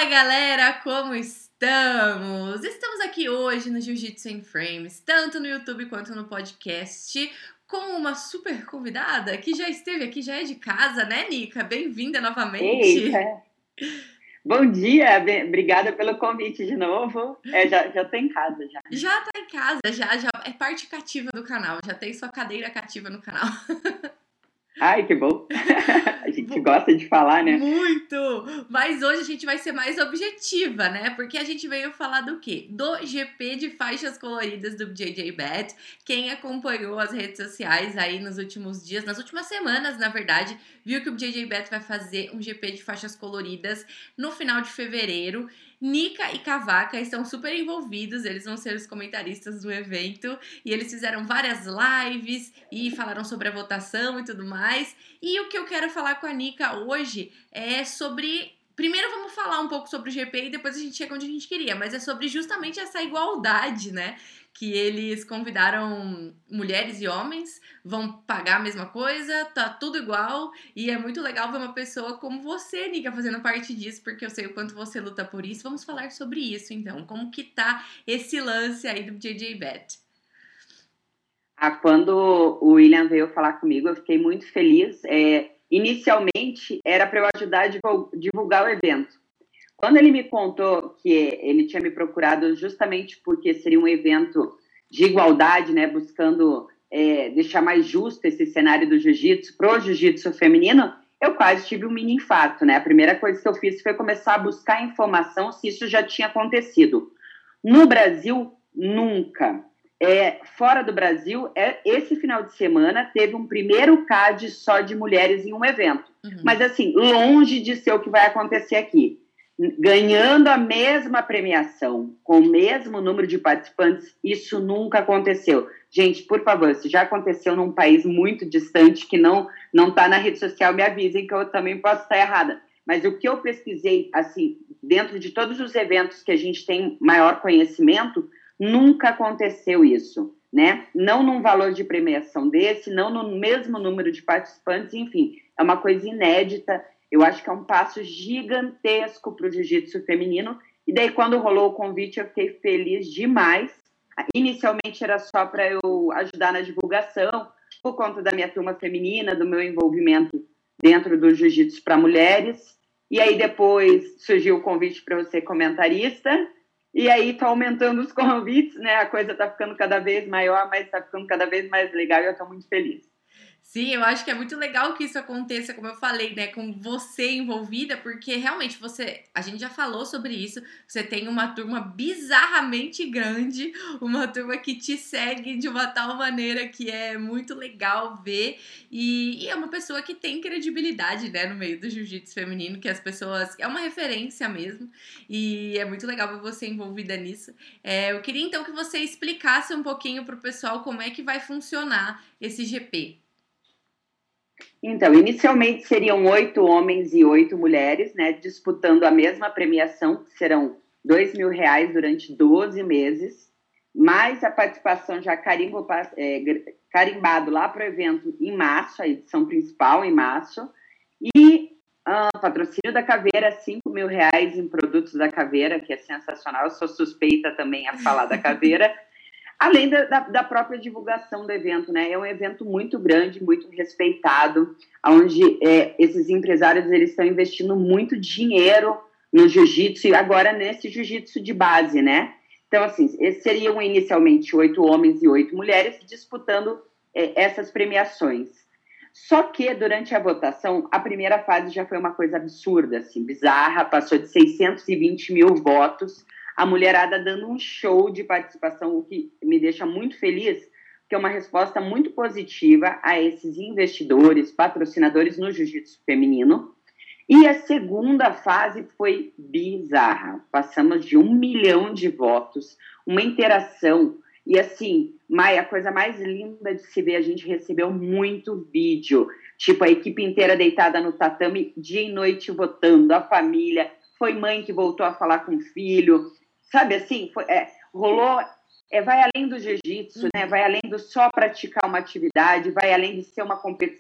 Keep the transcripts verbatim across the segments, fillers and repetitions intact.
Fala galera, como estamos? Estamos aqui hoje no Jiu-Jitsu em Frames, tanto no YouTube quanto no podcast, com uma super convidada que já esteve aqui, já é de casa, né, Nica? Bem-vinda novamente. Eita! Bom dia, bem, obrigada pelo convite de novo. É, já, já tô em casa já. Já tá em casa, já, já é parte cativa do canal, já tem sua cadeira cativa no canal. Ai, que bom! A gente gosta de falar, né? Muito! Mas hoje a gente vai ser mais objetiva, né? Porque a gente veio falar do quê? Do G P de faixas coloridas do J J Bet. Quem acompanhou as redes sociais aí nos últimos dias, nas últimas semanas, na verdade, viu que o J J Bet vai fazer um G P de faixas coloridas no final de fevereiro. Nica e Cavaca estão super envolvidos, eles vão ser os comentaristas do evento e eles fizeram várias lives e falaram sobre a votação e tudo mais. E o que eu quero falar com a Nica hoje é sobre... Primeiro vamos falar um pouco sobre o G P e depois a gente chega onde a gente queria, mas é sobre justamente essa igualdade, né? Que eles convidaram mulheres e homens, vão pagar a mesma coisa, tá tudo igual, e é muito legal ver uma pessoa como você, Nica, fazendo parte disso, porque eu sei o quanto você luta por isso. Vamos falar sobre isso, então. Como que tá esse lance aí do J J Bet? Ah, quando o William veio falar comigo, eu fiquei muito feliz. É, inicialmente, era para eu ajudar a divulgar o evento. Quando ele me contou que ele tinha me procurado justamente porque seria um evento de igualdade, né, buscando é, deixar mais justo esse cenário do jiu-jitsu para o jiu-jitsu feminino, eu quase tive um mini infarto, né? A primeira coisa que eu fiz foi começar a buscar informação se isso já tinha acontecido. No Brasil, nunca. É, fora do Brasil, é, esse final de semana teve um primeiro C A D só de mulheres em um evento. Uhum. Mas, assim, longe de ser o que vai acontecer aqui. Ganhando a mesma premiação, com o mesmo número de participantes, isso nunca aconteceu. Gente, por favor, se já aconteceu num país muito distante, que não não está na rede social, me avisem que eu também posso estar errada. Mas o que eu pesquisei, assim, dentro de todos os eventos que a gente tem maior conhecimento, nunca aconteceu isso, né? Não num valor de premiação desse, não no mesmo número de participantes, enfim, é uma coisa inédita. Eu acho que é um passo gigantesco para o jiu-jitsu feminino. E daí, quando rolou o convite, eu fiquei feliz demais. Inicialmente era só para eu ajudar na divulgação, por conta da minha turma feminina, do meu envolvimento dentro do jiu-jitsu para mulheres. E aí, depois, surgiu o convite para eu ser comentarista. E aí, está aumentando os convites, né? A coisa está ficando cada vez maior, mas está ficando cada vez mais legal e eu estou muito feliz. Sim, eu acho que é muito legal que isso aconteça, como eu falei, né, com você envolvida, porque realmente você, a gente já falou sobre isso, você tem uma turma bizarramente grande, uma turma que te segue de uma tal maneira que é muito legal ver, e, e é uma pessoa que tem credibilidade, né, no meio do jiu-jitsu feminino, que as pessoas, é uma referência mesmo, e é muito legal ver você envolvida nisso. É, eu queria então que você explicasse um pouquinho pro pessoal como é que vai funcionar esse G P. Então, inicialmente seriam oito homens e oito mulheres, né, disputando a mesma premiação, que serão dois mil reais durante doze meses, mais a participação já carimbo, é, carimbado lá para o evento em março, a edição principal em março, e uh, patrocínio da Caveira, cinco mil reais em produtos da Caveira, que é sensacional, eu sou suspeita também a falar da Caveira, além da, da, da própria divulgação do evento, né? É um evento muito grande, muito respeitado, onde é, esses empresários eles estão investindo muito dinheiro no jiu-jitsu e agora nesse jiu-jitsu de base, né? Então, assim, seriam inicialmente oito homens e oito mulheres disputando é, essas premiações. Só que, durante a votação, a primeira fase já foi uma coisa absurda, assim, bizarra, passou de seiscentos e vinte mil votos, a mulherada dando um show de participação, o que me deixa muito feliz, que é uma resposta muito positiva a esses investidores, patrocinadores no jiu-jitsu feminino. E a segunda fase foi bizarra. Passamos de um milhão de votos, uma interação. E assim, Maia, a coisa mais linda de se ver, a gente recebeu muito vídeo. Tipo, a equipe inteira deitada no tatame, dia e noite votando, a família. Foi mãe que voltou a falar com o filho. Sabe assim, foi, é, rolou, é, vai além do jiu-jitsu, né? Vai além do só praticar uma atividade, vai além de ser uma competição.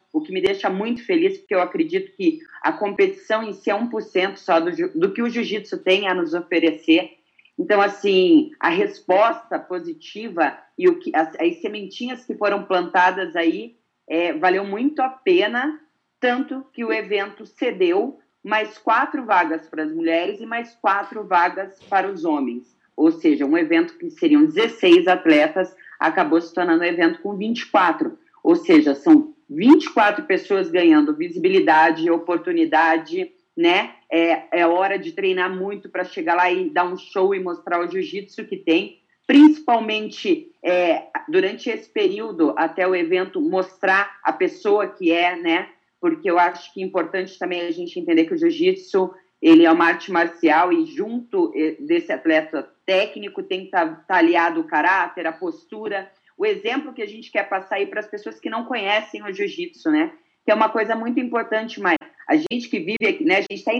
o que me deixa muito feliz, porque eu acredito que a competição em si é um por cento só do, do que o jiu-jitsu tem a nos oferecer. Então, assim, a resposta positiva e o que, as, as sementinhas que foram plantadas aí, é, valeu muito a pena, tanto que o evento cedeu mais quatro vagas para as mulheres e mais quatro vagas para os homens. Ou seja, um evento que seriam dezesseis atletas, acabou se tornando um evento com vinte e quatro. Ou seja, são vinte e quatro pessoas ganhando visibilidade, oportunidade, né? É, é hora de treinar muito para chegar lá e dar um show e mostrar o jiu-jitsu que tem, principalmente é, durante esse período, até o evento, mostrar a pessoa que é, né? Porque eu acho que é importante também a gente entender que o jiu-jitsu, ele é uma arte marcial e junto desse atleta técnico tem que estar tá, tá aliado o caráter, a postura, o exemplo que a gente quer passar aí para as pessoas que não conhecem o jiu-jitsu, né? Que é uma coisa muito importante, mas a gente que vive aqui, né? A gente está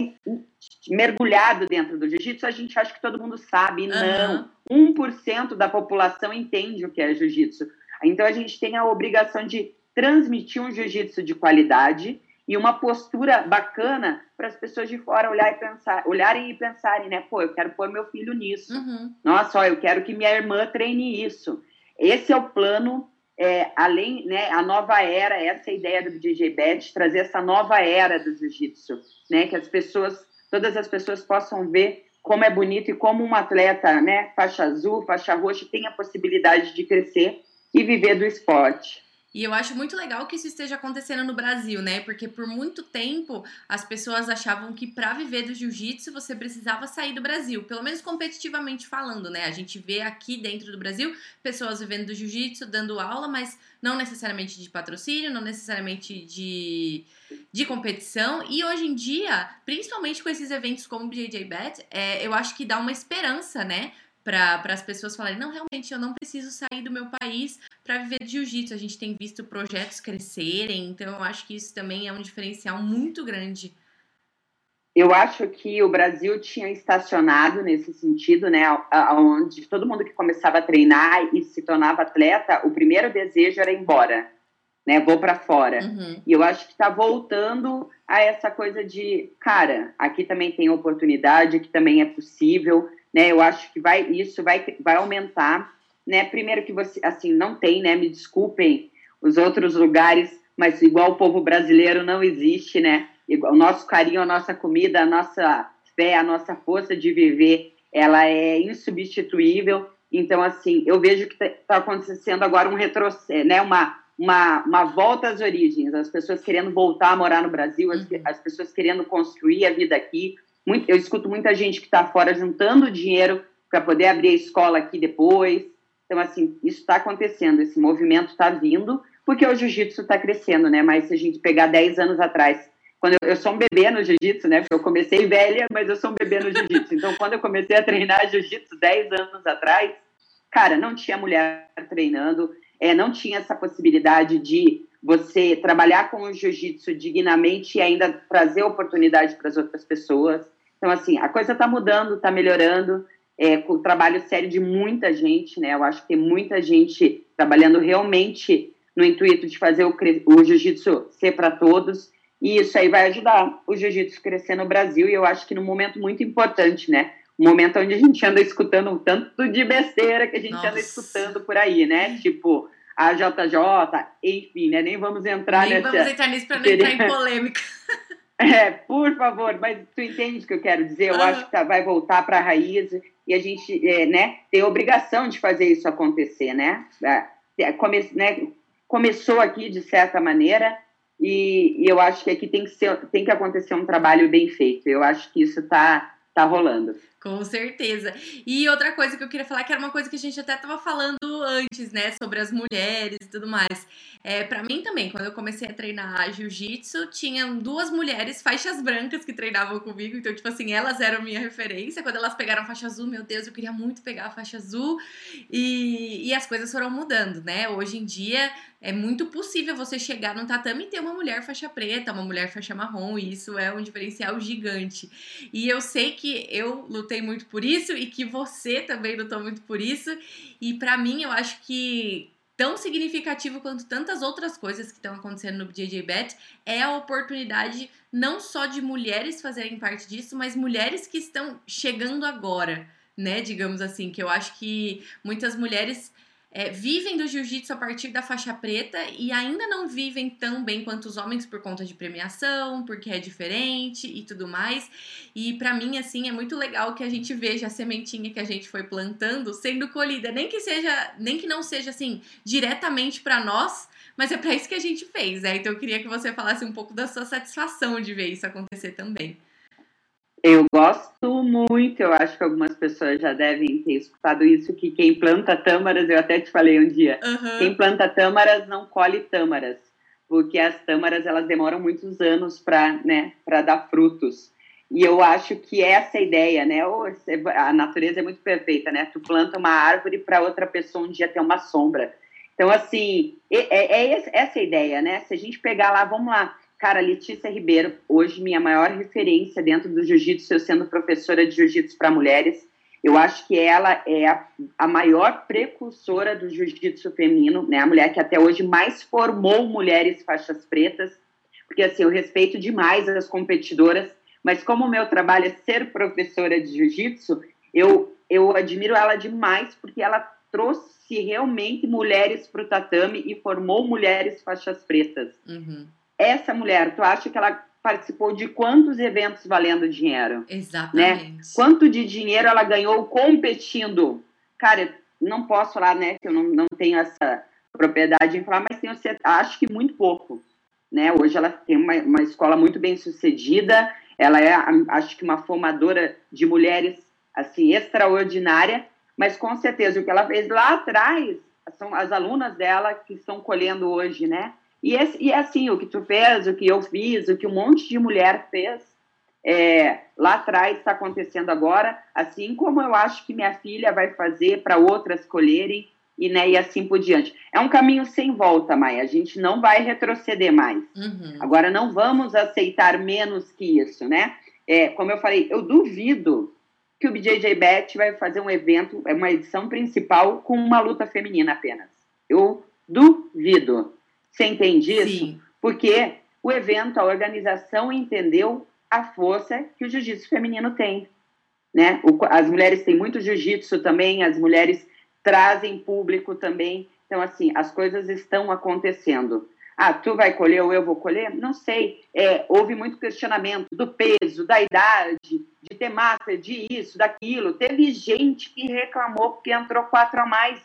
mergulhado dentro do jiu-jitsu, a gente acha que todo mundo sabe. Uhum. Não, um por cento da população entende o que é jiu-jitsu. Então a gente tem a obrigação de transmitir um jiu-jitsu de qualidade e uma postura bacana para as pessoas de fora olhar e pensar, olharem e pensarem, né? Pô, eu quero pôr meu filho nisso. Uhum. Nossa, ó, eu quero que minha irmã treine isso. Esse é o plano, é, além, né, a nova era, essa é a ideia do B J J Bet, trazer essa nova era do jiu-jitsu, né? Que as pessoas, todas as pessoas possam ver como é bonito e como um atleta, né, faixa azul, faixa roxa, tem a possibilidade de crescer e viver do esporte. E eu acho muito legal que isso esteja acontecendo no Brasil, né? Porque por muito tempo as pessoas achavam que para viver do jiu-jitsu você precisava sair do Brasil, pelo menos competitivamente falando, né? A gente vê aqui dentro do Brasil pessoas vivendo do jiu-jitsu, dando aula, mas não necessariamente de patrocínio, não necessariamente de, de competição. E hoje em dia, principalmente com esses eventos como o B J J Bet, é, eu acho que dá uma esperança, né? Para as pessoas falarem, não, realmente, eu não preciso sair do meu país para viver de jiu-jitsu. A gente tem visto projetos crescerem, então eu acho que isso também é um diferencial muito grande. Eu acho que o Brasil tinha estacionado nesse sentido, né, onde todo mundo que começava a treinar e se tornava atleta, o primeiro desejo era ir embora, né, vou para fora. Uhum. E eu acho que está voltando a essa coisa de, cara, aqui também tem oportunidade, aqui também é possível, né, eu acho que vai, isso vai, vai aumentar, né, primeiro que você, assim, não tem, né, me desculpem os outros lugares, mas igual o povo brasileiro não existe, né, o nosso carinho, a nossa comida, a nossa fé, a nossa força de viver, ela é insubstituível, então, assim, eu vejo que está acontecendo agora um retrocesso, né, uma, uma, uma volta às origens, as pessoas querendo voltar a morar no Brasil, as, as pessoas querendo construir a vida aqui. Muito, eu escuto muita gente que está fora juntando dinheiro para poder abrir a escola aqui depois. Então, assim, isso está acontecendo, esse movimento está vindo, porque o jiu-jitsu está crescendo, né? Mas se a gente pegar dez anos atrás, quando eu, eu sou um bebê no jiu-jitsu, né? Porque eu comecei velha, mas eu sou um bebê no jiu-jitsu. Então, quando eu comecei a treinar jiu-jitsu dez anos atrás, cara, não tinha mulher treinando, é, não tinha essa possibilidade de você trabalhar com o jiu-jitsu dignamente e ainda trazer oportunidade para as outras pessoas. Então, assim, a coisa está mudando, está melhorando, é, com o trabalho sério de muita gente, né? Eu acho que tem muita gente trabalhando realmente no intuito de fazer o, o jiu-jitsu ser para todos, e isso aí vai ajudar o jiu-jitsu a crescer no Brasil, e eu acho que num momento muito importante, né? Um momento onde a gente anda escutando um tanto de besteira que a gente Nossa. anda escutando por aí, né? Tipo, a J J, enfim, né? Nem vamos entrar Nem nessa... Nem vamos entrar nisso para não entrar em polêmica. É, por favor, mas tu entende o que eu quero dizer? Eu ah. acho que tá, vai voltar para a raiz e a gente, é, né, tem a obrigação de fazer isso acontecer, né? É, come, né? Começou aqui, de certa maneira, e, e eu acho que aqui tem que, ser, tem que acontecer um trabalho bem feito. Eu acho que isso tá, tá rolando. Com certeza. E outra coisa que eu queria falar, que era uma coisa que a gente até tava falando antes, né, sobre as mulheres e tudo mais. É, pra mim também, quando eu comecei a treinar jiu-jitsu, tinham duas mulheres faixas brancas que treinavam comigo, então, tipo assim, elas eram minha referência. Quando elas pegaram a faixa azul, meu Deus, eu queria muito pegar a faixa azul. E, e as coisas foram mudando, né? Hoje em dia é muito possível você chegar num tatame e ter uma mulher faixa preta, uma mulher faixa marrom, e isso é um diferencial gigante. E eu sei que eu lutei muito por isso e que você também lutou muito por isso. E pra mim, eu acho que tão significativo quanto tantas outras coisas que estão acontecendo no B J J Bet é a oportunidade não só de mulheres fazerem parte disso, mas mulheres que estão chegando agora, né, digamos assim, que eu acho que muitas mulheres é, vivem do jiu-jitsu a partir da faixa preta e ainda não vivem tão bem quanto os homens por conta de premiação, porque é diferente e tudo mais. E pra mim, assim, é muito legal que a gente veja a sementinha que a gente foi plantando sendo colhida, nem que seja, nem que não seja assim diretamente pra nós, mas é pra isso que a gente fez, né? Então eu queria que você falasse um pouco da sua satisfação de ver isso acontecer também. Eu gosto muito, eu acho que algumas pessoas já devem ter escutado isso, que quem planta tâmaras, eu até te falei um dia, uhum. Quem planta tâmaras não colhe tâmaras, porque as tâmaras, elas demoram muitos anos para, né, para dar frutos. E eu acho que essa ideia, né, a natureza é muito perfeita, né, tu planta uma árvore para outra pessoa um dia ter uma sombra. Então, assim, é, é essa a ideia, né, se a gente pegar lá, vamos lá, cara, Letícia Ribeiro, hoje minha maior referência dentro do jiu-jitsu, eu sendo professora de jiu-jitsu para mulheres, eu acho que ela é a, a maior precursora do jiu-jitsu feminino, né? A mulher que até hoje mais formou mulheres faixas pretas, porque assim, eu respeito demais as competidoras, mas como o meu trabalho é ser professora de jiu-jitsu, eu, eu admiro ela demais, porque ela trouxe realmente mulheres para o tatame e formou mulheres faixas pretas. Uhum. Essa mulher, tu acha que ela participou de quantos eventos valendo dinheiro? Exatamente. Né? Quanto de dinheiro ela ganhou competindo? Cara, não posso falar, né, que eu não, não tenho essa propriedade em falar, mas tenho, acho que muito pouco. Né? Hoje ela tem uma, uma escola muito bem sucedida, ela é, acho que, uma formadora de mulheres, assim, extraordinária, mas com certeza o que ela fez lá atrás são as alunas dela que estão colhendo hoje, né? E, esse, e é assim, o que tu fez, o que eu fiz, o que um monte de mulher fez, é, lá atrás está acontecendo agora, assim como eu acho que minha filha vai fazer para outras colherem, e, né, e assim por diante. É um caminho sem volta, Maia, a gente não vai retroceder mais. Uhum. Agora, não vamos aceitar menos que isso, né? É, como eu falei, eu duvido que o B J J Bet vai fazer um evento, uma edição principal com uma luta feminina apenas. Eu duvido. Você entende isso? Sim. Porque o evento, a organização entendeu a força que o jiu-jitsu feminino tem. Né? O, as mulheres têm muito jiu-jitsu também, as mulheres trazem público também. Então, assim, as coisas estão acontecendo. Ah, tu vai colher ou eu vou colher? Não sei. É, houve muito questionamento do peso, da idade, de ter massa, de isso, daquilo. Teve gente que reclamou porque entrou quatro a mais.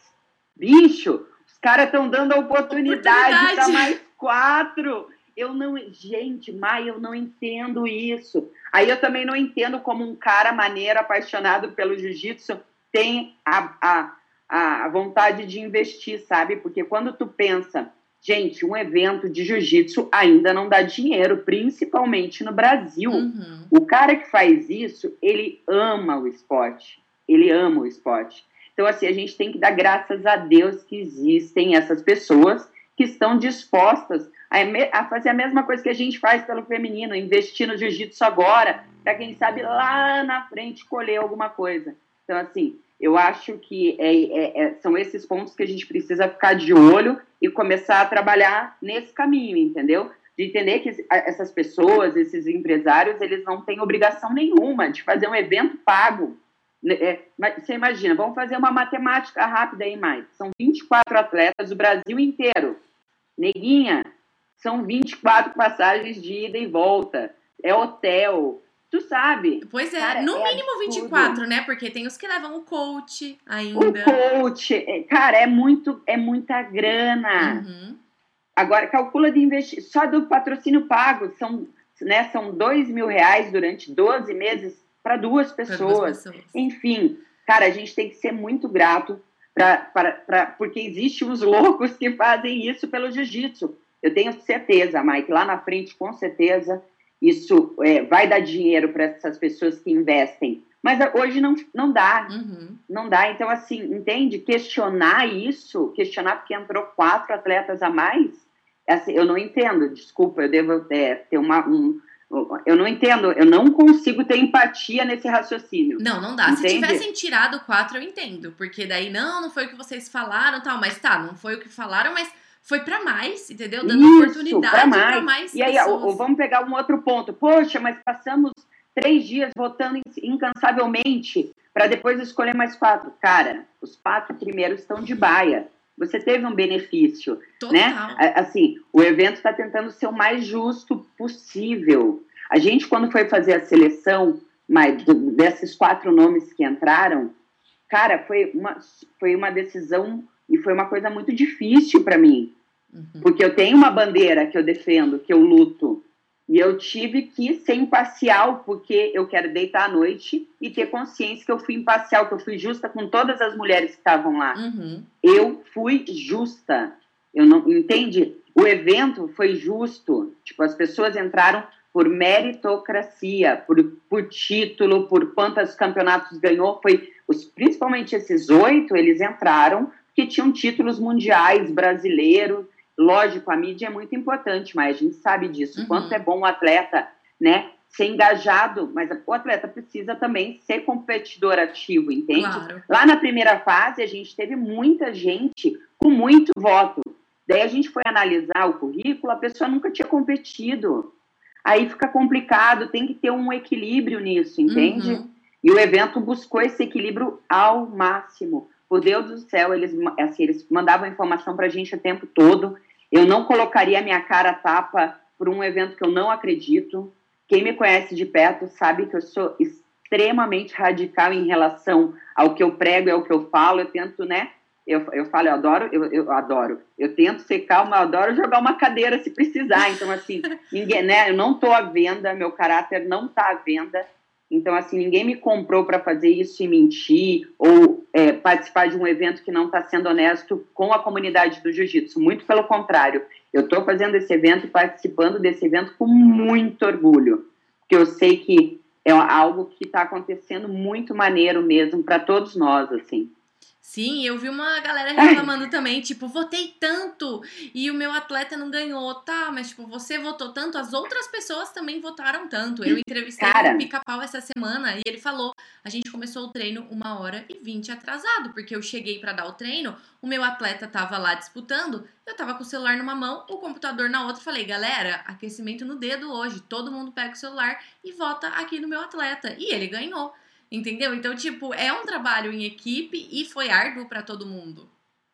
Bicho! Os caras estão dando a oportunidade para mais quatro. Eu não... Gente, Maia, eu não entendo isso. Aí eu também não entendo como um cara maneiro, apaixonado pelo jiu-jitsu, tem a, a, a vontade de investir, sabe? Porque quando tu pensa, gente, um evento de jiu-jitsu ainda não dá dinheiro, principalmente no Brasil. Uhum. O cara que faz isso, ele ama o esporte. Ele ama o esporte. Então, assim, a gente tem que dar graças a Deus que existem essas pessoas que estão dispostas a, a fazer a mesma coisa que a gente faz pelo feminino, investir no jiu-jitsu agora, para quem sabe lá na frente colher alguma coisa. Então, assim, eu acho que é, é, é, são esses pontos que a gente precisa ficar de olho e começar a trabalhar nesse caminho, entendeu? De entender que essas pessoas, esses empresários, eles não têm obrigação nenhuma de fazer um evento pago. É, você imagina, vamos fazer uma matemática rápida aí, mais. São vinte e quatro atletas do Brasil inteiro. Neguinha, são vinte e quatro passagens de ida e volta. É hotel. Tu sabe. Pois é, cara, no é mínimo absurdo. vinte e quatro, né? Porque tem os que levam o coach ainda. O coach, cara, é, muito, é muita grana. Uhum. Agora, calcula de investir. Só do patrocínio pago, são, né, são dois mil reais durante doze meses para duas pessoas. duas pessoas. Enfim, cara, a gente tem que ser muito grato, pra, pra, pra, porque existem uns loucos que fazem isso pelo jiu-jitsu. Eu tenho certeza, Mike, lá na frente, com certeza, isso é, vai dar dinheiro para essas pessoas que investem. Mas hoje não, não dá. Uhum. Não dá. Então, assim, entende? Questionar isso, questionar porque entrou quatro atletas a mais, assim, eu não entendo. Desculpa, eu devo é, ter uma... Um, Eu não entendo, eu não consigo ter empatia nesse raciocínio. Não, não dá. Entende? Se tivessem tirado quatro, eu entendo. Porque daí, não, não foi o que vocês falaram, tal. Mas tá, não foi o que falaram, mas foi pra mais, entendeu? Dando Isso, oportunidade pra mais. pra mais e aí, pessoas. ó, vamos pegar um outro ponto. Poxa, mas passamos três dias votando incansavelmente para depois escolher mais quatro. Cara, os quatro primeiros estão de baia. Você teve um benefício, Total. né? Assim, o evento está tentando ser o mais justo possível. A gente, quando foi fazer a seleção mas, desses quatro nomes que entraram, cara, foi uma, foi uma decisão e foi uma coisa muito difícil para mim. Uhum. Porque eu tenho uma bandeira que eu defendo, que eu luto. E eu tive que ser imparcial, porque eu quero deitar à noite e ter consciência que eu fui imparcial, que eu fui justa com todas as mulheres que estavam lá. Uhum. Eu fui justa. Eu não, entende? O evento foi justo. Tipo, as pessoas entraram por meritocracia, por, por título, por quantos campeonatos ganhou. Foi, os, principalmente esses oito, eles entraram porque tinham títulos mundiais, brasileiros. Lógico, a mídia é muito importante, mas a gente sabe disso. Uhum. Quanto é bom o atleta, né, ser engajado, mas o atleta precisa também ser competidor ativo, entende? Claro. Lá na primeira fase, a gente teve muita gente com muito voto. Daí a gente foi analisar o currículo, a pessoa nunca tinha competido. Aí fica complicado, tem que ter um equilíbrio nisso, entende? Uhum. E o evento buscou esse equilíbrio ao máximo. Por Deus do céu, eles, assim, eles mandavam informação pra gente o tempo todo. Eu não colocaria a minha cara a tapa por um evento que eu não acredito. Quem me conhece de perto sabe que eu sou extremamente radical em relação ao que eu prego e ao que eu falo. Eu tento, né? Eu, eu falo, eu adoro, eu, eu adoro. Eu tento ser calma, eu adoro jogar uma cadeira se precisar. Então, assim, ninguém, né? Eu não estou à venda, meu caráter não está à venda. Então, assim, ninguém me comprou para fazer isso e mentir ou é, participar de um evento que não está sendo honesto com a comunidade do jiu-jitsu. Muito pelo contrário. Eu estou fazendo esse evento e participando desse evento com muito orgulho. Porque eu sei que é algo que está acontecendo muito maneiro mesmo para todos nós, assim. Sim, eu vi uma galera reclamando também, tipo, votei tanto e o meu atleta não ganhou, tá, mas tipo, você votou tanto, as outras pessoas também votaram tanto. Eu entrevistei Cara, o Pica-Pau essa semana e ele falou, a gente começou o treino uma hora e vinte atrasado, porque eu cheguei pra dar o treino, o meu atleta tava lá disputando, eu tava com o celular numa mão, o computador na outra, falei, galera, aquecimento no dedo hoje, todo mundo pega o celular e vota aqui no meu atleta, e ele ganhou. Entendeu? Então, tipo, é um trabalho em equipe e foi árduo para todo mundo.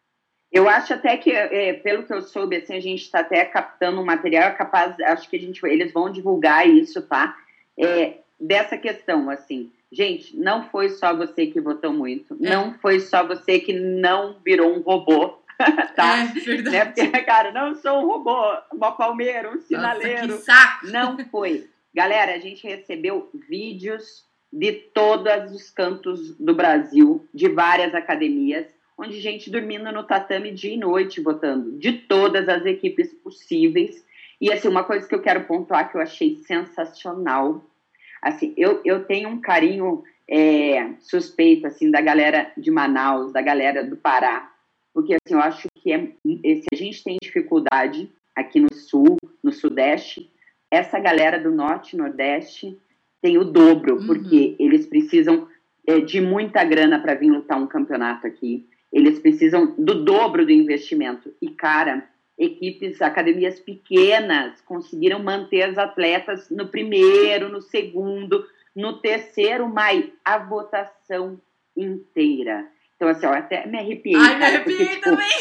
Eu acho até que, é, pelo que eu soube, assim, a gente está até captando um material capaz, acho que a gente, eles vão divulgar isso, tá? É, dessa questão, assim, gente, não foi só você que votou muito, é. Não foi só você que não virou um robô, tá? É, verdade. Né? Porque, cara, não sou um robô, uma palmeira, um sinaleiro. Nossa, que saco! Não foi. Galera, a gente recebeu vídeos de todos os cantos do Brasil, de várias academias, onde gente dormindo no tatame dia e noite votando, de todas as equipes possíveis. E, assim, uma coisa que eu quero pontuar que eu achei sensacional, assim, eu, eu tenho um carinho é, suspeito, assim, da galera de Manaus, da galera do Pará, porque, assim, eu acho que é, se a gente tem dificuldade aqui no Sul, no Sudeste, essa galera do Norte e Nordeste tem o dobro, uhum. Porque eles precisam é, de muita grana para vir lutar um campeonato aqui. Eles precisam do dobro do investimento. E, cara, equipes, academias pequenas conseguiram manter as atletas no primeiro, no segundo, no terceiro, Mai, a votação inteira. Então, assim, eu até me arrepiei. Ai, cara, me arrepiei porque, tipo, também!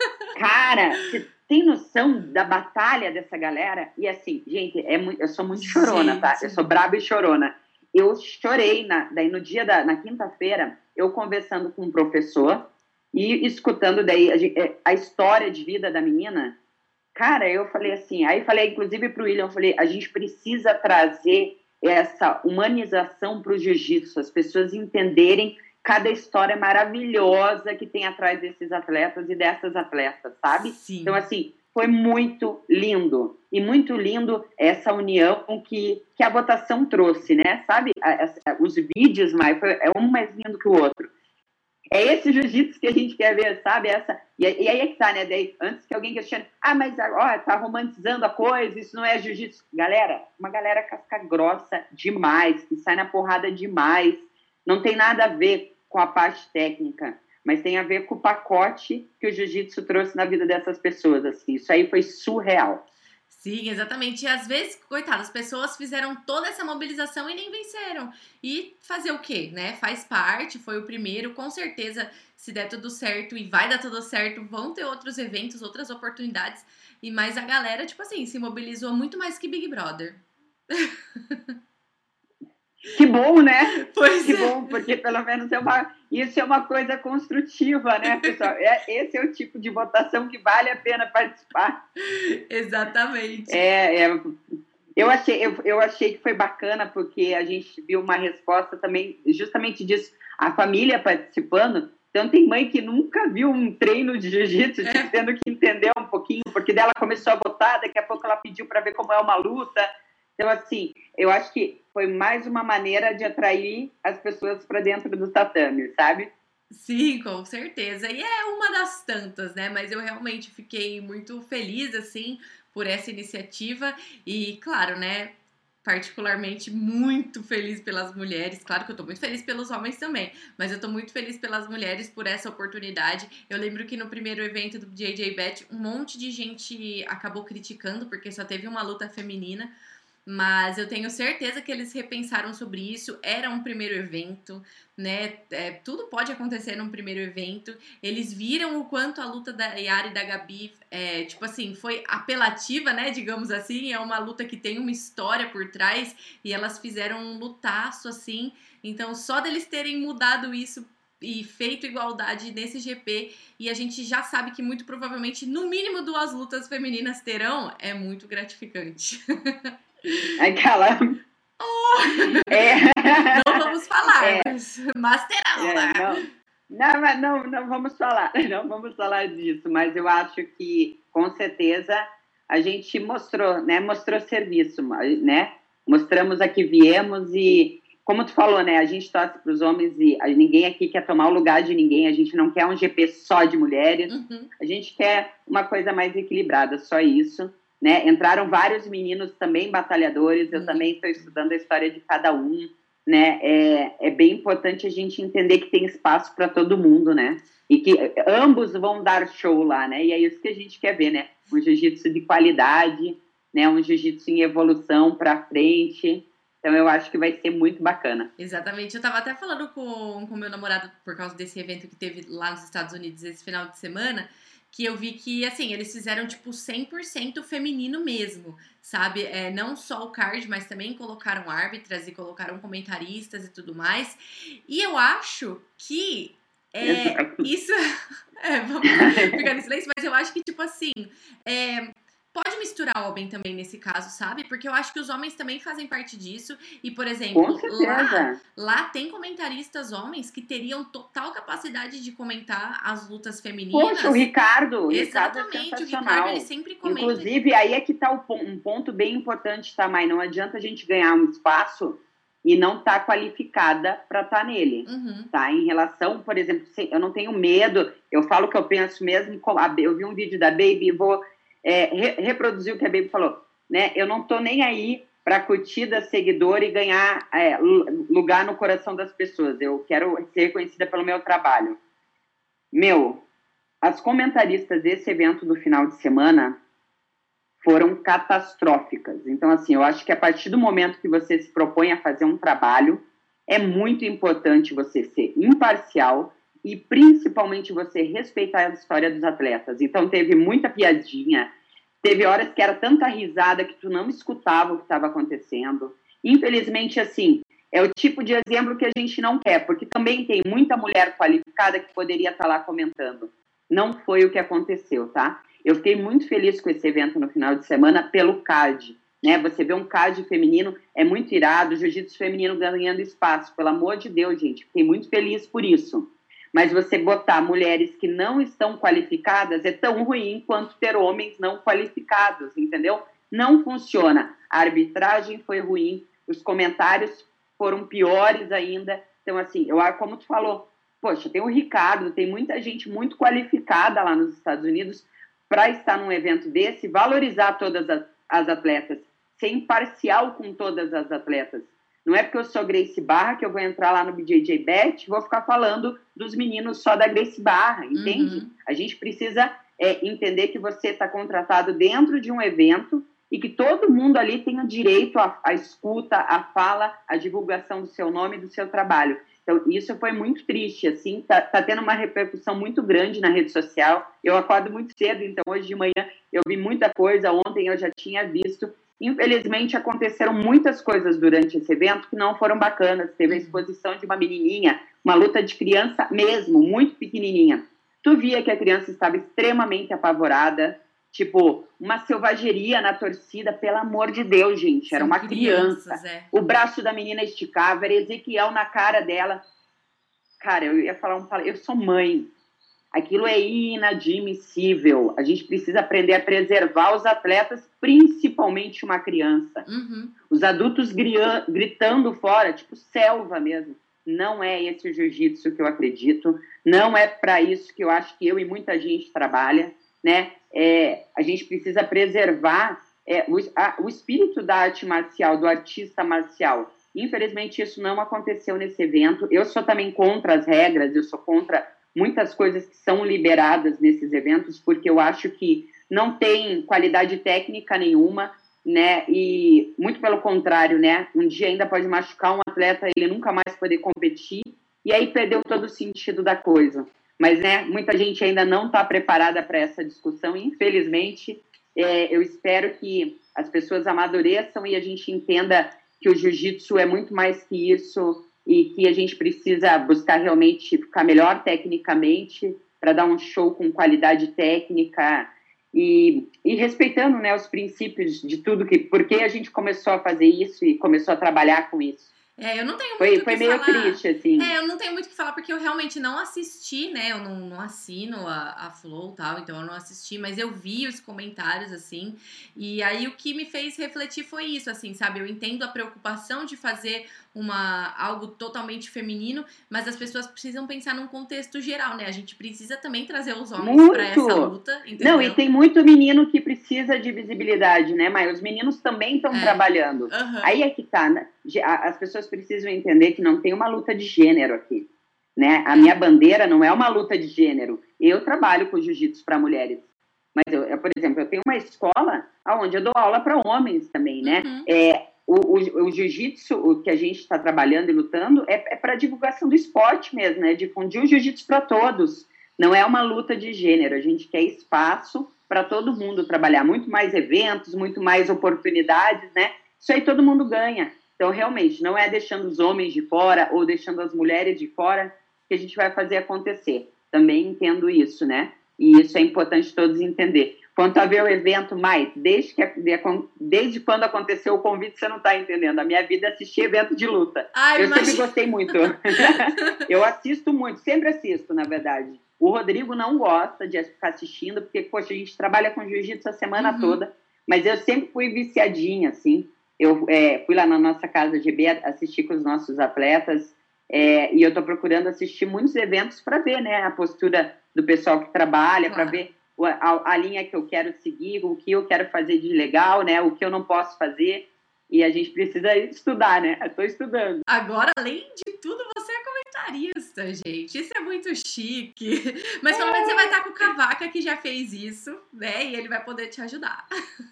Cara, você tem noção da batalha dessa galera? E assim, gente, é muito, eu sou muito chorona, gente. Tá? Eu sou braba e chorona. Eu chorei, na, daí no dia da, na quinta-feira, eu conversando com um professor e escutando daí a, a história de vida da menina. Cara, eu falei assim, aí falei inclusive pro William, eu falei, a gente precisa trazer essa humanização pro jiu-jitsu, as pessoas entenderem cada história maravilhosa que tem atrás desses atletas e dessas atletas, sabe? Sim. Então, assim, foi muito lindo. E muito lindo essa união que, que a votação trouxe, né? Sabe? A, a, os vídeos, mas foi, é um mais lindo que o outro. É esse jiu-jitsu que a gente quer ver, sabe? Essa, e, e aí é que tá, né? Daí, antes que alguém questione, ah, mas ó, tá romantizando a coisa, isso não é jiu-jitsu. Galera, uma galera casca grossa demais, que sai na porrada demais. Não tem nada a ver com a parte técnica, mas tem a ver com o pacote que o jiu-jitsu trouxe na vida dessas pessoas, assim. Isso aí foi surreal. Sim, exatamente. E às vezes, coitadas, as pessoas fizeram toda essa mobilização e nem venceram. E fazer o quê, né? Faz parte, foi o primeiro. Com certeza, se der tudo certo e vai dar tudo certo, vão ter outros eventos, outras oportunidades. E mais a galera, tipo assim, se mobilizou muito mais que Big Brother. Que bom, né? Pois que é. bom, porque pelo menos é uma, isso é uma coisa construtiva, né, pessoal? É, esse é o tipo de votação que vale a pena participar. Exatamente. É, é, eu, achei, eu, eu achei que foi bacana, porque a gente viu uma resposta também justamente disso, a família participando. Então tem mãe que nunca viu um treino de jiu-jitsu, é. tipo, tendo que entender um pouquinho, porque dela começou a votar, daqui a pouco ela pediu para ver como é uma luta. Então, assim, eu acho que foi mais uma maneira de atrair as pessoas para dentro do tatame, sabe? Sim, com certeza. E é uma das tantas, né? Mas eu realmente fiquei muito feliz, assim, por essa iniciativa. E, claro, né? Particularmente muito feliz pelas mulheres. Claro que eu tô muito feliz pelos homens também, mas eu tô muito feliz pelas mulheres por essa oportunidade. Eu lembro que no primeiro evento do J J Bet, um monte de gente acabou criticando porque só teve uma luta feminina. Mas eu tenho certeza que eles repensaram sobre isso. Era um primeiro evento, né? É, tudo pode acontecer num primeiro evento. Eles viram o quanto a luta da Yara e da Gabi, é, tipo assim, foi apelativa, né? Digamos assim. É uma luta que tem uma história por trás e elas fizeram um lutaço, assim. Então, só deles terem mudado isso e feito igualdade nesse G P, e a gente já sabe que muito provavelmente, no mínimo, duas lutas femininas terão, é muito gratificante. Aquela. Oh! É. Não vamos falar, é. mas, mas terão, né? É, não, não, não, não vamos falar, não vamos falar disso, mas eu acho que, com certeza, a gente mostrou, né? Mostrou serviço, né? Mostramos a que viemos e, como tu falou, né? A gente torce para os homens e ninguém aqui quer tomar o lugar de ninguém, a gente não quer um G P só de mulheres, uhum. A gente quer uma coisa mais equilibrada, só isso. Né? Entraram vários meninos também batalhadores, eu uhum. também estou estudando a história de cada um, né? É, é bem importante a gente entender que tem espaço para todo mundo, né? E que ambos vão dar show lá, né? E é isso que a gente quer ver, né? Um jiu-jitsu de qualidade, né? Um jiu-jitsu em evolução para frente. Então eu acho que vai ser muito bacana. Exatamente. Eu estava até falando com o meu namorado por causa desse evento que teve lá nos Estados Unidos esse final de semana, que eu vi que, assim, eles fizeram, tipo, cem por cento feminino mesmo, sabe? É, não só o card, mas também colocaram árbitras e colocaram comentaristas e tudo mais. E eu acho que é, isso... É, vamos ficar em silêncio, mas eu acho que, tipo assim... É, pode misturar homem também nesse caso, sabe? Porque eu acho que os homens também fazem parte disso. E, por exemplo, lá, lá tem comentaristas homens que teriam total capacidade de comentar as lutas femininas. Poxa, o Ricardo. Exatamente, Ricardo é o Ricardo, ele sempre comenta. Inclusive, aí é que tá um ponto bem importante, tá, Mai? Não adianta a gente ganhar um espaço e não tá qualificada para estar tá nele, uhum. tá? Em relação, por exemplo, eu não tenho medo, eu falo o que eu penso mesmo, eu vi um vídeo da Baby e vou... É, re, reproduzir o que a Baby falou, né? Eu não tô nem aí para curtida, seguidor e ganhar é, lugar no coração das pessoas. Eu quero ser reconhecida pelo meu trabalho. Meu, as comentaristas desse evento do final de semana foram catastróficas. Então, assim, eu acho que a partir do momento que você se propõe a fazer um trabalho, é muito importante você ser imparcial e principalmente você respeitar a história dos atletas. Então teve muita piadinha, teve horas que era tanta risada que tu não escutava o que estava acontecendo. Infelizmente, assim, é o tipo de exemplo que a gente não quer, porque também tem muita mulher qualificada que poderia estar lá comentando. Não foi o que aconteceu, tá? Eu fiquei muito feliz com esse evento no final de semana pelo card, né? Você vê um card feminino, é muito irado, o jiu-jitsu feminino ganhando espaço, pelo amor de Deus, gente, fiquei muito feliz por isso. Mas você botar mulheres que não estão qualificadas é tão ruim quanto ter homens não qualificados, entendeu? Não funciona. A arbitragem foi ruim, os comentários foram piores ainda. Então, assim, eu, como tu falou, poxa, tem o Ricardo, tem muita gente muito qualificada lá nos Estados Unidos para estar num evento desse, valorizar todas as, as atletas, ser imparcial com todas as atletas. Não é porque eu sou Gracie Barra que eu vou entrar lá no B J J Bet e vou ficar falando dos meninos só da Gracie Barra, entende? Uhum. A gente precisa é, entender que você está contratado dentro de um evento e que todo mundo ali tem o direito à, à escuta, à fala, à divulgação do seu nome e do seu trabalho. Então, isso foi muito triste, assim, tá, tá tendo uma repercussão muito grande na rede social. Eu acordo muito cedo, então hoje de manhã eu vi muita coisa, ontem eu já tinha visto. Infelizmente, aconteceram muitas coisas durante esse evento que não foram bacanas. Teve a exposição de uma menininha, uma luta de criança mesmo, muito pequenininha. Tu via que a criança estava extremamente apavorada, tipo, uma selvageria na torcida, pelo amor de Deus, gente, era uma criança. É. O braço da menina esticava, era Ezequiel na cara dela. Cara, eu ia falar um... Eu sou mãe. Aquilo é inadmissível. A gente precisa aprender a preservar os atletas, principalmente uma criança. Uhum. Os adultos gritando fora, tipo selva mesmo. Não é esse o jiu-jitsu que eu acredito. Não é para isso que eu acho que eu e muita gente trabalha, né? É, a gente precisa preservar é, o, a, o espírito da arte marcial, do artista marcial. Infelizmente, isso não aconteceu nesse evento. Eu sou também contra as regras, eu sou contra muitas coisas que são liberadas nesses eventos, porque eu acho que não tem qualidade técnica nenhuma, né? E muito pelo contrário, né? Um dia ainda pode machucar um atleta, ele nunca mais poder competir, e aí perdeu todo o sentido da coisa. Mas, né, muita gente ainda não está preparada para essa discussão, infelizmente. É, eu espero que as pessoas amadureçam e a gente entenda que o jiu-jitsu é muito mais que isso e que a gente precisa buscar realmente ficar melhor tecnicamente para dar um show com qualidade técnica e, e respeitando, né, os princípios de tudo, que, porque a gente começou a fazer isso e começou a trabalhar com isso. É, eu não tenho muito foi, o que foi meio falar. triste, assim. É, eu não tenho muito o que falar porque eu realmente não assisti, né? Eu não, não assino a, a Flow e tal, então eu não assisti, mas eu vi os comentários, assim, e aí o que me fez refletir foi isso, assim, sabe? Eu entendo a preocupação de fazer uma, algo totalmente feminino, mas as pessoas precisam pensar num contexto geral, né? A gente precisa também trazer os homens para essa luta, entendeu? Não, e tem muito menino que precisa de visibilidade, né, Maia? Os meninos também estão é. trabalhando. Uhum. Aí é que tá, né? As pessoas precisam entender que não tem uma luta de gênero aqui, né? A minha bandeira não é uma luta de gênero. Eu trabalho com jiu-jitsu para mulheres. Mas, eu, eu, por exemplo, eu tenho uma escola onde eu dou aula para homens também, né? Uhum. É, o, o, o jiu-jitsu, o que a gente está trabalhando e lutando, é, é para divulgação do esporte mesmo, né? Difundir o jiu-jitsu para todos. Não é uma luta de gênero. A gente quer espaço para todo mundo trabalhar. Muito mais eventos, muito mais oportunidades, né? Isso aí todo mundo ganha. Então, realmente, não é deixando os homens de fora ou deixando as mulheres de fora que a gente vai fazer acontecer. Também entendo isso, né? E isso é importante todos entender. Quanto a ver o evento, mais, desde, que, desde quando aconteceu o convite, você não está entendendo. A minha vida é assistir evento de luta. Ai, eu imagina. Sempre gostei muito. Eu assisto muito, sempre assisto, na verdade. O Rodrigo não gosta de ficar assistindo, porque, poxa, a gente trabalha com jiu-jitsu a semana uhum. toda, mas eu sempre fui viciadinha, assim. Eu é, fui lá na nossa casa G B assistir com os nossos atletas é, e eu estou procurando assistir muitos eventos para ver, né, a postura do pessoal que trabalha, claro. Para ver a, a linha que eu quero seguir, o que eu quero fazer de legal, né, o que eu não posso fazer, e a gente precisa estudar, né? Eu estou estudando. Agora, além de tudo, você é comentarista, gente. Isso é muito chique. Mas pelo menos você vai estar com o Cavaca, que já fez isso, né, e ele vai poder te ajudar.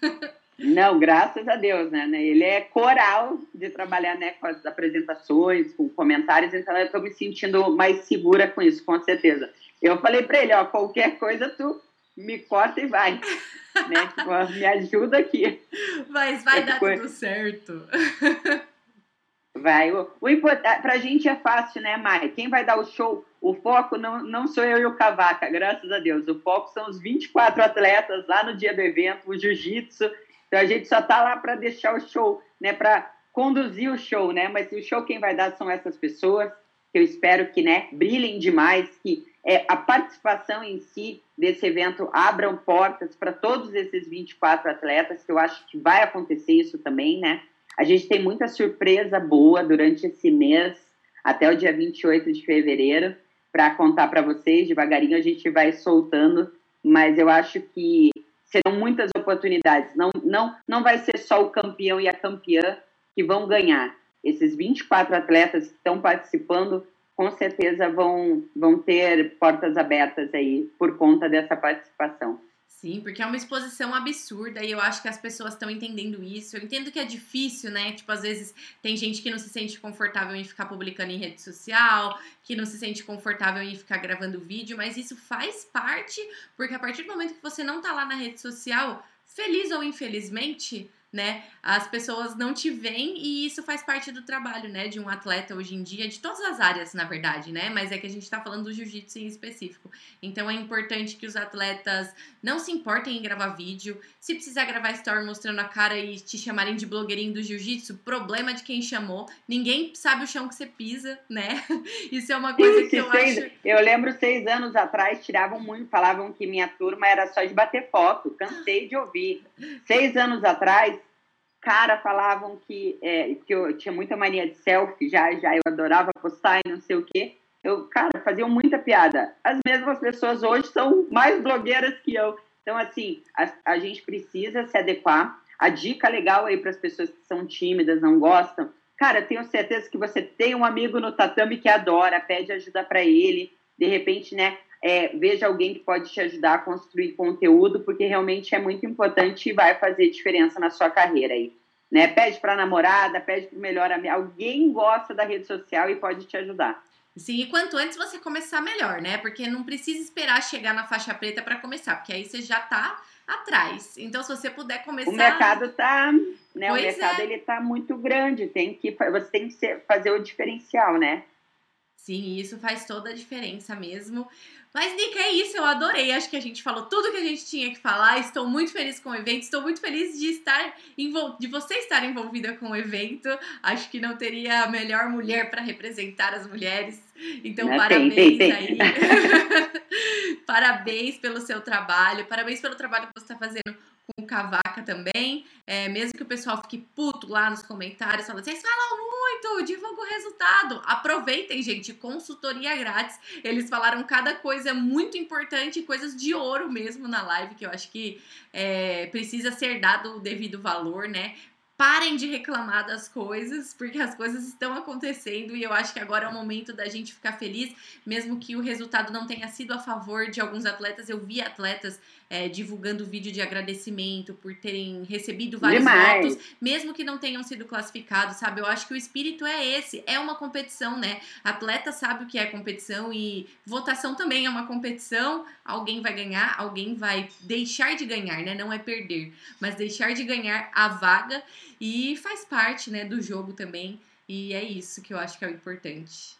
Não, graças a Deus, né? Ele é coral de trabalhar, né, com as apresentações, com comentários, então eu tô me sentindo mais segura com isso, com certeza. Eu falei para ele, ó, qualquer coisa tu me corta e vai, né? Tipo, me ajuda aqui. Mas vai dar tudo certo. Vai. O, o importante, pra gente é fácil, né, Mai? Quem vai dar o show, o foco não, não sou eu e o Cavaca, graças a Deus. O foco são os vinte e quatro atletas lá no dia do evento, o jiu-jitsu. Então, a gente só está lá para deixar o show, né, para conduzir o show, né, mas o show quem vai dar são essas pessoas, que eu espero que, né, brilhem demais, que é, a participação em si desse evento abram portas para todos esses vinte e quatro atletas, que eu acho que vai acontecer isso também, né. A gente tem muita surpresa boa durante esse mês, até o dia vinte e oito de fevereiro, para contar para vocês. Devagarinho a gente vai soltando, mas eu acho que serão muitas oportunidades. Não, não, não vai ser só o campeão e a campeã que vão ganhar. Esses vinte e quatro atletas que estão participando, com certeza vão, vão ter portas abertas aí por conta dessa participação. Sim, porque é uma exposição absurda e eu acho que as pessoas estão entendendo isso. Eu entendo que é difícil, né? Tipo, às vezes tem gente que não se sente confortável em ficar publicando em rede social, que não se sente confortável em ficar gravando vídeo, mas isso faz parte, porque a partir do momento que você não tá lá na rede social, feliz ou infelizmente, né, as pessoas não te veem e isso faz parte do trabalho, né, de um atleta hoje em dia, de todas as áreas, na verdade, né, mas é que a gente tá falando do jiu-jitsu em específico. Então é importante que os atletas não se importem em gravar vídeo. Se precisar gravar story mostrando a cara e te chamarem de blogueirinho do jiu-jitsu, problema de quem chamou. Ninguém sabe o chão que você pisa, né? Isso é uma coisa Sim, que eu seis, acho... Eu lembro seis anos atrás, tiravam muito, falavam que minha turma era só de bater foto. Cansei de ouvir. Seis anos atrás, cara, falavam que, é, que eu tinha muita mania de selfie, já, já eu adorava postar e não sei o quê. Eu, cara, faziam muita piada. As mesmas pessoas hoje são mais blogueiras que eu. Então, assim, a, a gente precisa se adequar. A dica legal aí para as pessoas que são tímidas, não gostam, cara, tenho certeza que você tem um amigo no tatame que adora, pede ajuda para ele, de repente, né, é, veja alguém que pode te ajudar a construir conteúdo, porque realmente é muito importante e vai fazer diferença na sua carreira aí, né? Pede para a namorada, pede para o melhor amigo, alguém gosta da rede social e pode te ajudar. Sim, e quanto antes você começar, melhor, né? Porque não precisa esperar chegar na faixa preta para começar, porque aí você já tá atrás. Então, se você puder começar... O mercado tá, né? Pois o mercado é. ele tá muito grande, tem que, você tem que ser, fazer o diferencial, né? Sim, isso faz toda a diferença mesmo. Mas, Nica, é isso, eu adorei. Acho que a gente falou tudo que a gente tinha que falar. Estou muito feliz com o evento. Estou muito feliz de estar envol... de você estar envolvida com o evento. Acho que não teria a melhor mulher para representar as mulheres. Então, Não, parabéns tem, tem, tem. aí. Parabéns pelo seu trabalho. Parabéns pelo trabalho que você está fazendo com o Cavaca também, é, mesmo que o pessoal fique puto lá nos comentários, falando, vocês falam muito, divulga o resultado, aproveitem, gente, consultoria grátis, eles falaram cada coisa muito importante, coisas de ouro mesmo na live, que eu acho que é, precisa ser dado o devido valor, né? Parem de reclamar das coisas, porque as coisas estão acontecendo e eu acho que agora é o momento da gente ficar feliz, mesmo que o resultado não tenha sido a favor de alguns atletas. Eu vi atletas é, divulgando vídeo de agradecimento por terem recebido vários Demais. votos, mesmo que não tenham sido classificados, sabe? Eu acho que o espírito é esse, é uma competição, né? Atleta sabe o que é competição e votação também é uma competição. Alguém vai ganhar, alguém vai deixar de ganhar, né? Não é perder, mas deixar de ganhar a vaga. E faz parte, né, do jogo também. E é isso que eu acho que é o importante.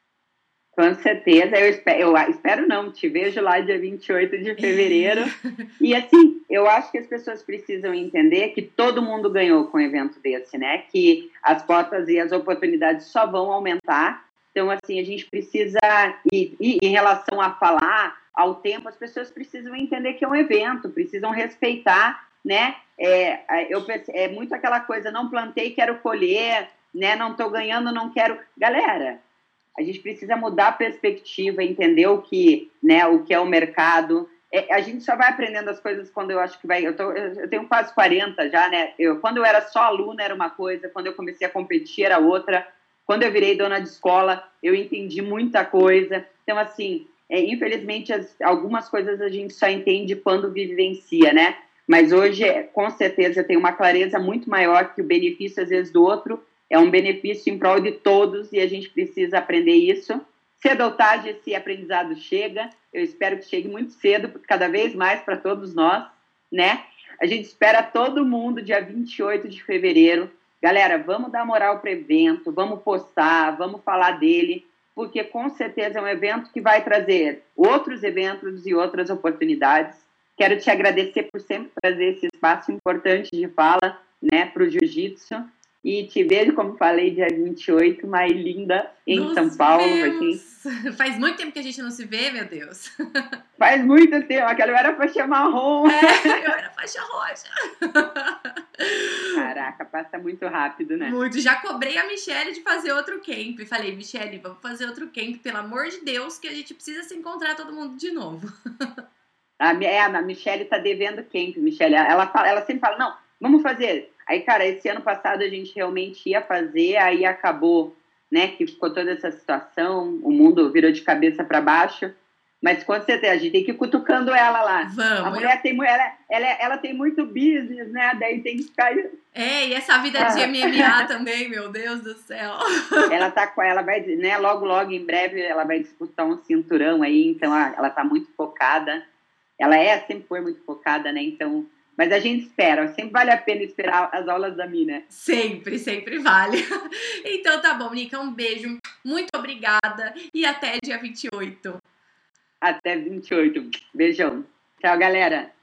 Com certeza. Eu espero, eu espero não, te vejo lá dia vinte e oito de fevereiro. E assim, eu acho que as pessoas precisam entender que todo mundo ganhou com um evento desse, né? Que as portas e as oportunidades só vão aumentar. Então, assim, a gente precisa... E, e em relação a falar, ao tempo, as pessoas precisam entender que é um evento, precisam respeitar, né? É, eu, é muito aquela coisa, não plantei, quero colher, né? Não estou ganhando, não quero... Galera, a gente precisa mudar a perspectiva, entender o que, né, o que é o mercado. É, a gente só vai aprendendo as coisas quando eu acho que vai... Eu, tô, eu tenho quase quarenta já, né? Eu, quando eu era só aluna era uma coisa, quando eu comecei a competir era outra. Quando eu virei dona de escola, eu entendi muita coisa. Então, assim, é, infelizmente, as, algumas coisas a gente só entende quando vivencia, né? Mas hoje, com certeza, eu tenho uma clareza muito maior que o benefício, às vezes, do outro é um benefício em prol de todos e a gente precisa aprender isso. Cedo ou tarde, esse aprendizado chega. Eu espero que chegue muito cedo, cada vez mais para todos nós, né? A gente espera todo mundo dia vinte e oito de fevereiro. Galera, vamos dar moral para o evento, vamos postar, vamos falar dele, porque com certeza é um evento que vai trazer outros eventos e outras oportunidades. Quero te agradecer por sempre trazer esse espaço importante de fala, né, para o jiu-jitsu. E te vejo, como falei, dia vinte e oito, mais linda, em Nos São Paulo. Aqui. Faz muito tempo que a gente não se vê, meu Deus. Faz muito tempo. Aquela eu era faixa marrom. É, eu era faixa roxa. Caraca, passa muito rápido, né? Muito. Já cobrei a Michelle de fazer outro camp. Falei, Michelle, vamos fazer outro camp, pelo amor de Deus, que a gente precisa se encontrar todo mundo de novo. A, é, a Michelle tá devendo camp, Michelle. Ela, fala, ela sempre fala, não, vamos fazer. Aí, cara, esse ano passado a gente realmente ia fazer, aí acabou, né, que ficou toda essa situação, o mundo virou de cabeça para baixo. Mas quando você tem, a gente tem que ir cutucando ela lá. Vamos. A mulher eu... tem, ela, ela, ela tem muito business, né? Daí tem que ficar... É, e essa vida de M M A também, meu Deus do céu. Ela tá com ela vai, né? Logo, logo, em breve, ela vai disputar um cinturão aí, então ela tá muito focada. Ela é, sempre foi muito focada, né? Então, mas a gente espera, sempre vale a pena esperar as aulas da Mina. Sempre, sempre vale. Então tá bom, Nica, um beijo, muito obrigada e até dia vinte e oito. Até vinte e oito. Beijão. Tchau, galera.